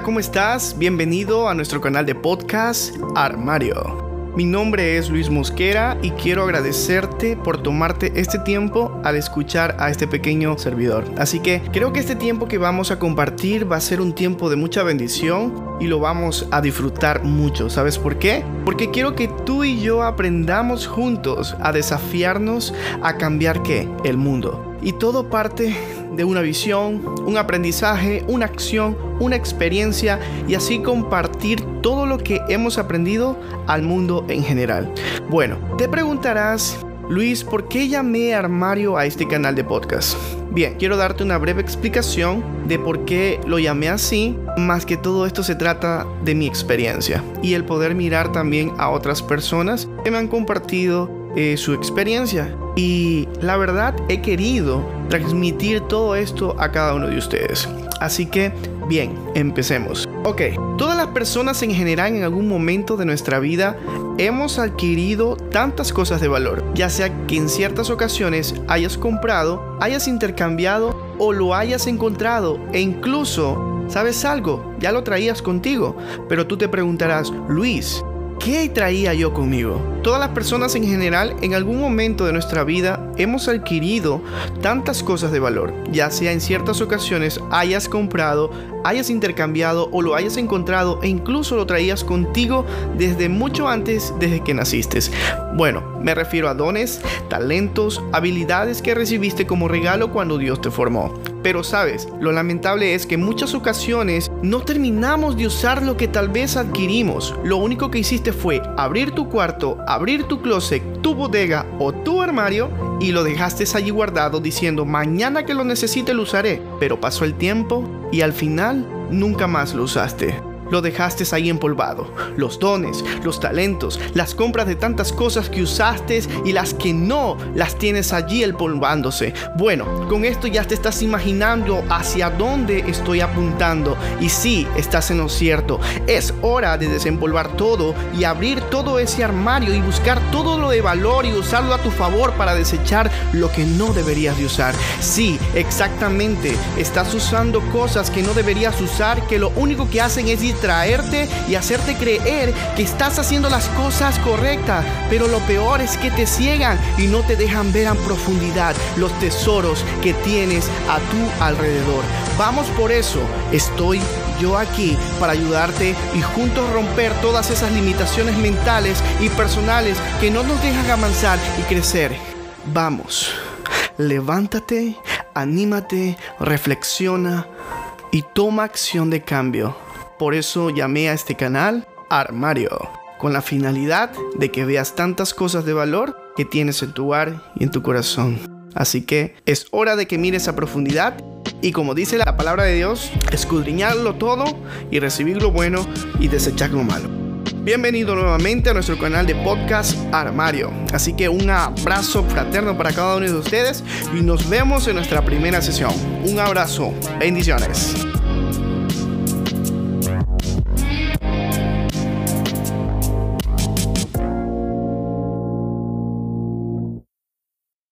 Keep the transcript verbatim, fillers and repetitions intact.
¿cómo estás? Bienvenido a nuestro canal de podcast Armario. Mi nombre es Luis Mosquera y quiero agradecerte por tomarte este tiempo al escuchar a este pequeño servidor. Así que creo que este tiempo que vamos a compartir va a ser un tiempo de mucha bendición y lo vamos a disfrutar mucho. ¿Sabes por qué? Porque quiero que tú y yo aprendamos juntos a desafiarnos a cambiar ¿qué? El mundo. Y todo parte de una visión, un aprendizaje, una acción, una experiencia y así compartir todo lo que hemos aprendido al mundo en general. Bueno, te preguntarás, Luis, ¿por qué llamé Armario a este canal de podcast? Bien, quiero darte una breve explicación de por qué lo llamé así. Más que todo esto se trata de mi experiencia y el poder mirar también a otras personas que me han compartido eh, su experiencia. Y la verdad he querido transmitir todo esto a cada uno de ustedes. Así que, bien, empecemos. Ok, todas las personas en general en algún momento de nuestra vida hemos adquirido tantas cosas de valor, ya sea que en ciertas ocasiones hayas comprado, hayas intercambiado o lo hayas encontrado e incluso, ¿sabes algo? Ya lo traías contigo, pero tú te preguntarás, Luis, ¿qué traía yo conmigo? Todas las personas en general en algún momento de nuestra vida hemos adquirido tantas cosas de valor, ya sea en ciertas ocasiones hayas comprado, hayas intercambiado o lo hayas encontrado e incluso lo traías contigo desde mucho antes desde que naciste. Bueno, me refiero a dones, talentos, habilidades que recibiste como regalo cuando Dios te formó. Pero sabes, lo lamentable es que en muchas ocasiones no terminamos de usar lo que tal vez adquirimos. Lo único que hiciste fue abrir tu cuarto, abrir tu closet, tu bodega o tu armario y lo dejaste allí guardado diciendo mañana que lo necesite lo usaré. Pero pasó el tiempo y al final nunca más lo usaste. Lo dejaste ahí empolvado. Los dones, los talentos, las compras de tantas cosas que usaste y las que no, las tienes allí empolvándose. Bueno, con esto ya te estás imaginando hacia dónde estoy apuntando. Y sí, estás en lo cierto. Es hora de desempolvar todo y abrir todo ese armario y buscar todo lo de valor y usarlo a tu favor para desechar lo que no deberías de usar. Sí, exactamente. Estás usando cosas que no deberías usar, que lo único que hacen es ir traerte y hacerte creer que estás haciendo las cosas correctas, pero lo peor es que te ciegan y no te dejan ver en profundidad los tesoros que tienes a tu alrededor. Vamos por eso, estoy yo aquí para ayudarte y juntos romper todas esas limitaciones mentales y personales que no nos dejan avanzar y crecer. Vamos, levántate, anímate, reflexiona y toma acción de cambio. Por eso llamé a este canal Armario, con la finalidad de que veas tantas cosas de valor que tienes en tu hogar y en tu corazón. Así que es hora de que mires a profundidad y, como dice la palabra de Dios, escudriñarlo todo y recibir lo bueno y desechar lo malo. Bienvenido nuevamente a nuestro canal de podcast Armario. Así que un abrazo fraterno para cada uno de ustedes y nos vemos en nuestra primera sesión. Un abrazo, bendiciones.